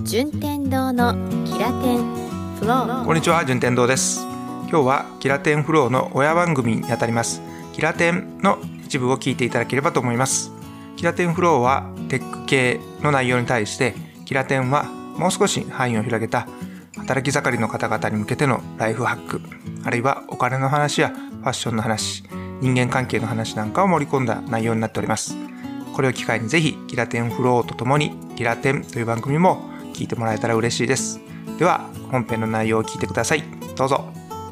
順天堂のキラテンフロー。 こんにちは、順天堂です。今日はキラテンフローの親番組にあたりますキラテンの一部を聞いていただければと思います。キラテンフローはテック系の内容に対して、キラテンはもう少し範囲を広げた働き盛りの方々に向けてのライフハック、あるいはお金の話やファッションの話、人間関係の話なんかを盛り込んだ内容になっております。これを機会にぜひキラテンフローとともにキラテンという番組も聞いてもらえたら嬉しいです。では本編の内容を聞いてください。どうぞ。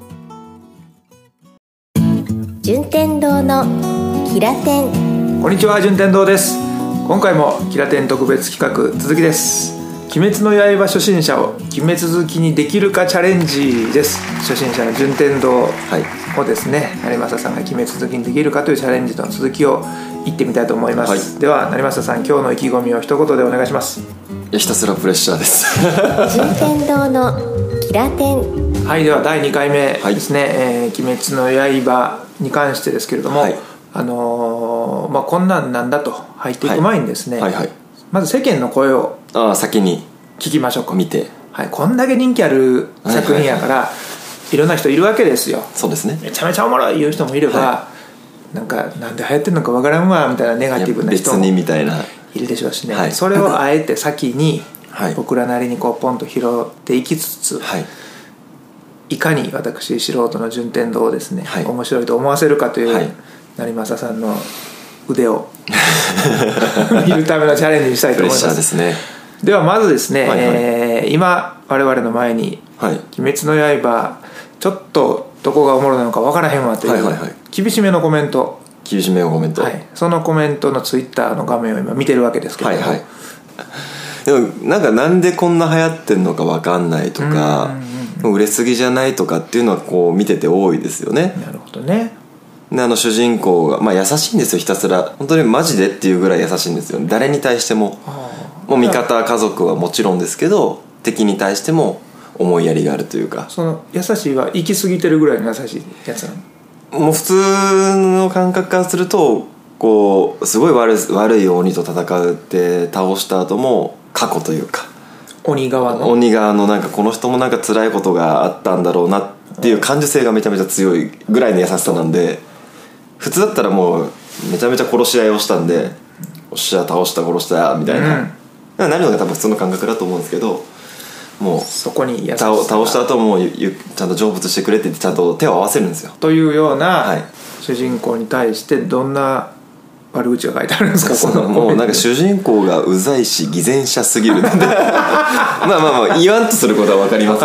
順天堂のキラテン。 こんにちは、順天堂です。今回もキラテン特別企画続きです。鬼滅の刃初心者を鬼滅好きにできるかチャレンジです。初心者の順天堂をですね、成政さんが鬼滅好きにできるかというチャレンジとの続きを言ってみたいと思います、では成政さん、今日の意気込みを一言でお願いします。 ひたすらプレッシャーです順天堂のキラテン。 はい、では第2回目ですね、鬼滅の刃に関してですけれども、こんなんだと入っていく前にですね、まず世間の声を先に聞きましょうか。 見て、 こんだけ人気ある作品やから、いろんな人いるわけですよ。 そうですね。 めちゃめちゃおもろい言う人もいれば、なんで流行ってるのかわからんわみたいなネガティブな人も別にみたいいるでしょうしね、それをあえて先に僕らなりにこうポンと拾っていきつつ、いかに私素人の順天堂をですね、面白いと思わせるかという、成政さんの腕を見るためのチャレンジにしたいと思います。 プレッシャーですね。 ではまずですね、今我々の前に鬼滅の刃ちょっとどこがおもろいのか分からへんわという厳しめのコメント、そのコメントのツイッターの画面を今見てるわけですけども、 でもなんでこんな流行ってんのか分かんないとか、売れすぎじゃないとかっていうのはこう見てて多いですよね。 なるほどね。 で主人公が、優しいんですよ。ひたすら本当にマジでっていうぐらい優しいんですよ。誰に対しても、もう味方家族はもちろんですけど、敵に対しても思いやりがあるというか。 その優しいは行き過ぎてるぐらいの優しいやつなの？ もう普通の感覚からすると、こうすごい悪い鬼と戦うって倒した後も過去というか、 鬼側のなんかこの人もなんか辛いことがあったんだろうなっていう感受性がめちゃめちゃ強いぐらいの優しさなんで、普通だったらもうめちゃめちゃ殺し合いをしたんで、おっしゃ倒した殺したみたいな、なるのが多分普通の感覚だと思うんですけど、もうそこに優しさ倒した後もちゃんと成仏してくれって言ってちゃんと手を合わせるんですよ。 というような、主人公に対してどんな悪口が書いてあるんですか？ もうなんか主人公がうざいし偽善者すぎるんでまあ言わんとすることは分かります。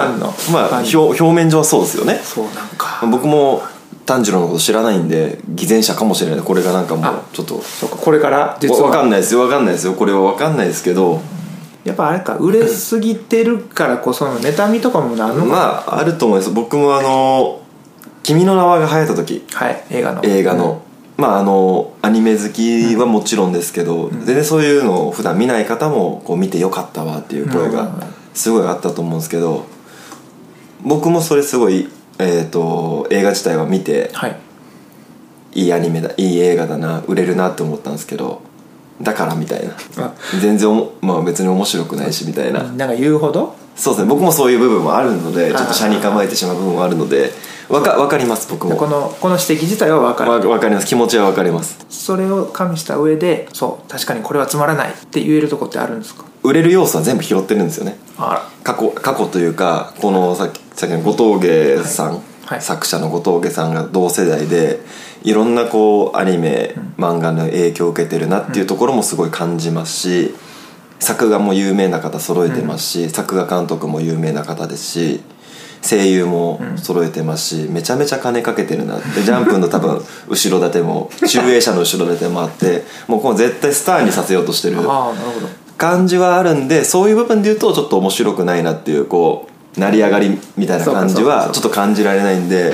表面上はそうですよね。 そうなんか、 僕も炭治郎のこと知らないんで偽善者かもしれない。これがなんかもうちょっとこれから実は分かんないですよ。これは分かんないですけど、 やっぱあれか、売れすぎてるからこその妬みとかもなるのか。 あると思います。僕も君の名はが流行った時、映画のアニメ好きはもちろんですけど、全然そういうのを普段見ない方もこう見てよかったわっていう声がすごいあったと思うんですけど、僕もそれすごい、映画自体は見て、いいアニメだ、いい映画だな、売れるなって思ったんですけど、だからみたいな、全然別に面白くないしみたいな、 なんか言うほど。 そうですね。僕もそういう部分もあるので、ちょっと斜に構えてしまう部分もあるので、分かります。僕もこの指摘自体は分かる。 分かります。気持ちは分かります。 それを加味した上で、確かにこれはつまらないって言えるとこってあるんですか？ 売れる要素は全部拾ってるんですよね。過去というか、このさっきの後藤家さん、作者の後藤家さんが同世代で、いろんなこうアニメ、漫画の影響を受けてるなっていうところもすごい感じますし、作画も有名な方揃えてますし、作画監督も有名な方ですし、声優も揃えてますし、めちゃめちゃ金かけてるなって。ジャンプの多分後ろ盾も集英社の後ろ盾もあって、もうこの絶対スターにさせようとしてる感じはあるんで、そういう部分で言うとちょっと面白くないなっていう、こう成り上がりみたいな感じはちょっと感じられないんで、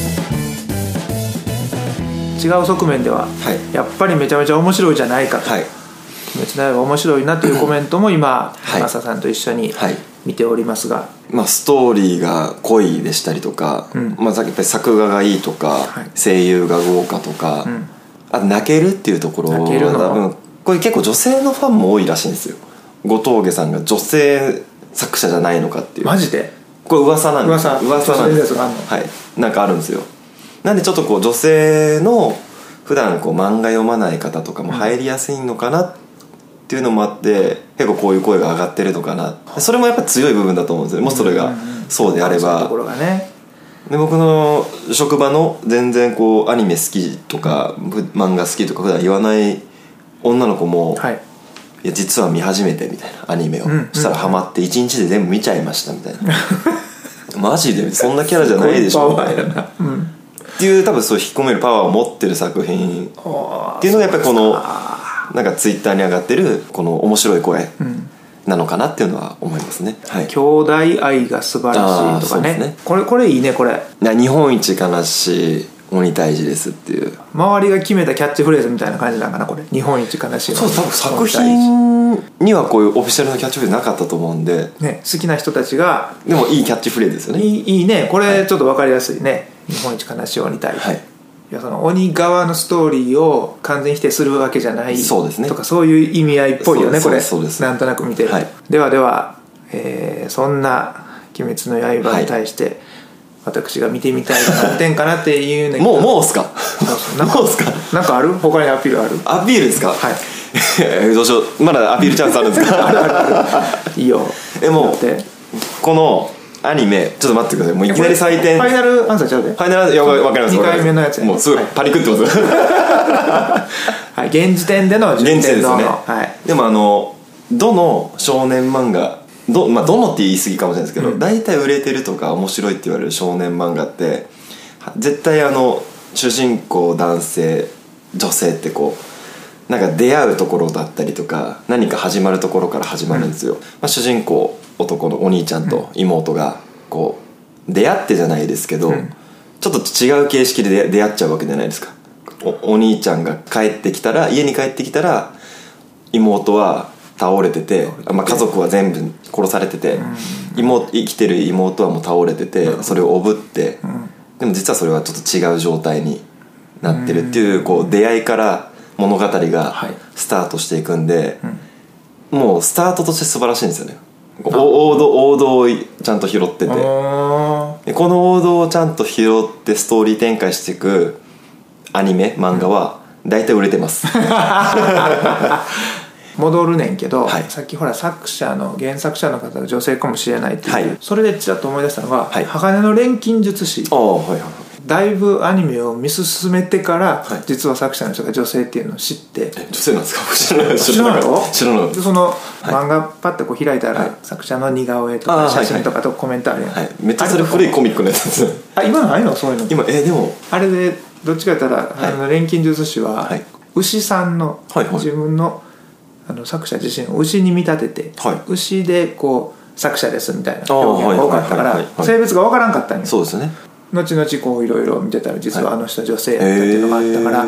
違う側面では、やっぱりめちゃめちゃ面白いじゃないかと、鬼滅の刃面白いなというコメントも今マサさんと一緒に見ておりますが、 ストーリーが濃いでしたりとか、やっぱり作画がいいとか、声優が豪華とか、あと泣けるっていうところは多分これ結構女性のファンも多いらしいんですよ。後藤家さんが女性作者じゃないのかっていう。 マジで？ これ噂なんです。 噂なんです。はい、 なんかあるんですよ。なんでちょっとこう女性の普段こう漫画読まない方とかも入りやすいのかなっていうのもあって、結構こういう声が上がってるのかな。それもやっぱ強い部分だと思うんですよ。もしそれがそうであれば、 そういうところがね。 で僕の職場の全然こうアニメ好きとか漫画好きとか普段言わない女の子も、はい、いや実は見始めてみたいなアニメを、したらハマって1日で全部見ちゃいましたみたいなマジでそんなキャラじゃないでしょっていう、多分そう引き込めるパワーを持ってる作品っていうのがやっぱりこのなんかツイッターに上がってるこの面白い声なのかなっていうのは思いますね、はい、 兄弟愛が素晴らしいとか ね、これいいね。これ日本一悲しい鬼退治ですっていう、 周りが決めたキャッチフレーズみたいな感じなんかな。これ日本一悲しい。 そう、多分作品にはこういうオフィシャルのキャッチフレーズなかったと思うんで、 ね、好きな人たちが。 でもいいキャッチフレーズですよね。 いいね。これちょっと分かりやすいね、日本一悲しい鬼退治、はい、いやその鬼側のストーリーを完全否定するわけじじゃない、 そうですね、 とかそういう意味合いっぽいよね。これそうです。 なんとなく見てる、はい、では、そんな鬼滅の刃に対して、はい、私が見てみたい何点かなっていうね。 もうっすか？もうっすか？ なんかある？他にアピールある？ アピールですか？はい。どうしよう。まだアピールチャンスあるんですか？ あるいいよ。 もうこのアニメちょっと待ってください。もういきなり採点。 ファイナルアンサーちゃうで。 ファイナルアンサー、いや分かります。 2回目のやつ。 もうすごいパニクってます。 はい。現時点での順天堂の。現時点ですね。はい。 でもどの少年漫画どのって言い過ぎかもしれないですけど、大体売れてるとか面白いって言われる少年漫画って絶対主人公男性女性ってこうなんか出会うところだったりとか何か始まるところから始まるんですよ、主人公男のお兄ちゃんと妹がこう出会ってじゃないですけど、ちょっと違う形式で出会っちゃうわけじゃないですか。お兄ちゃんが家に帰ってきたら妹は倒れてて、家族は全部殺されてて、生きてる妹はもう倒れてて、それをおぶって、でも実はそれはちょっと違う状態になってるっていう、こう出会いから物語がスタートしていくんで、もうスタートとして素晴らしいんですよね。王道をちゃんと拾ってて、でこの王道をちゃんと拾ってストーリー展開していくアニメ漫画は大体売れてます戻るねんけど、 はい、 さっきほら原作者の方が女性かもしれないっていう、はい、それでちらっと思い出したのが、はい、鋼の錬金術師、だいぶアニメを見進めてから、はい、実は作者の人が女性っていうのを知って。 女性なんですか？知らないでその漫画パッとこう開いたら、はい、作者の似顔絵とか写真とかとコメントあるやん、 はい、めっちゃそれ古いコミックのやつです。 今ないの？そういうの今でもあれでどっちか言ったら、鋼の錬金術師は、はい、牛さんの、はいはい、自分の作者自身を牛に見立てて、はい、牛でこう作者ですみたいな表現が多かったから性別が分からんかったんよ。 そうですね。 後々こういろいろ見てたら実はあの人女性やったっていうのがあったから、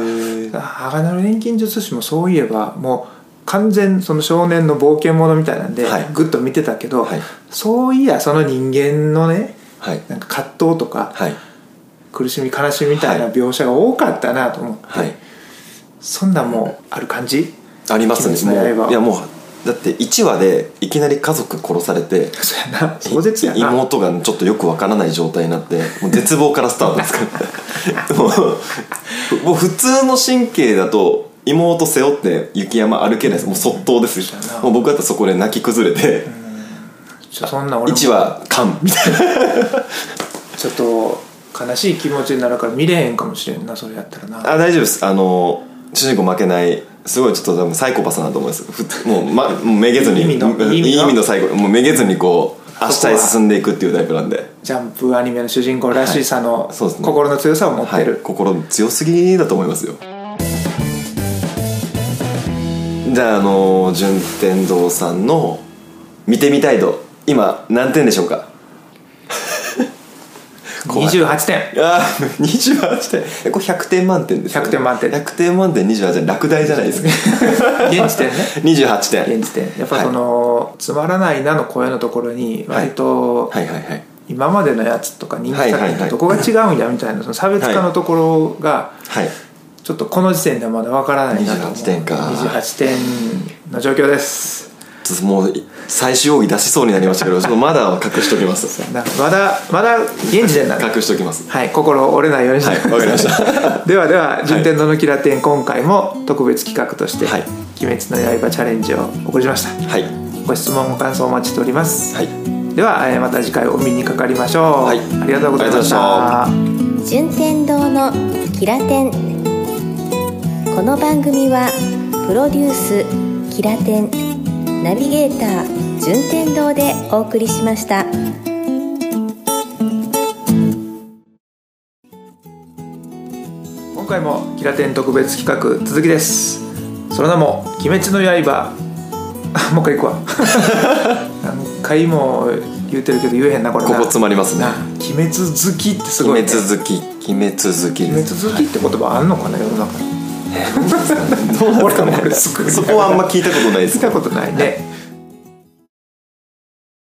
鋼の錬金術師もそういえばもう完全その少年の冒険者みたいなんでグッと見てたけど、はい、そういやその人間のね、はい、なんか葛藤とか、はい、苦しみ悲しみみたいな描写が多かったなと思って、はい、そんなもうある感じありますね。いやもうだって1話でいきなり家族殺されてそうやな、壮絶やな。 妹がちょっとよくわからない状態になってもう絶望からスタートですからもう普通の神経だと妹背負って雪山歩けないです。もう即答ですよ。もう僕だったらそこで泣き崩れてそんな俺も 1話完みたいなちょっと悲しい気持ちになるから見れへんかもしれんな、それやったらな。 大丈夫です。主人公負けない、すごいちょっと多分サイコパスだと思います。もうめげずにいい意味の最後もうめげずにこう明日へ進んでいくっていうタイプなんで、 ジャンプアニメの主人公らしさの、はい、ね、心の強さを持ってる、はい、 心強すぎだと思いますよ。じゃあ順天堂さんの見てみたい度今何点でしょうか 28点。 28点。これ100点満点ですよね。 100点満点。 100点満点28点、落第じゃないですか現時点ね。 28点。 現時点やっぱその、はい、つまらないなの声のところに割と、はい、はいはいはい、今までのやつとか人気作品とどこが違うんやみたいなその差別化のところが、はい、ちょっとこの時点ではまだわからないなと思う。 28点か。 28点の状況です。 もう最終奥義出しそうになりましたけどちょっとまだは隠しときますまだ現時点なんで隠しときます。 はい、心折れないようにしてはい、わかりましたでは順天堂のキラテン、今回も特別企画として、 はい、 鬼滅の刃チャレンジを送りました。 はい、 ご質問ご感想お待ちしております。 はい、 ではまた次回お見にかかりましょう。 はい、 ありがとうございました。 順天堂のキラテン。この番組はプロデュースキラテン、ナビゲーター順天堂でお送りしました。 今回もキラテン特別企画続きです。その名も鬼滅の刃もう一回いくわ何回も言うてるけど言えへんなこれな。 ここ詰まりますね。 鬼滅好きってすごいね。 鬼滅好きって言葉あんのかな世の中に。 俺もこれそこはあんま聞いたことないです。 聞いたことないね。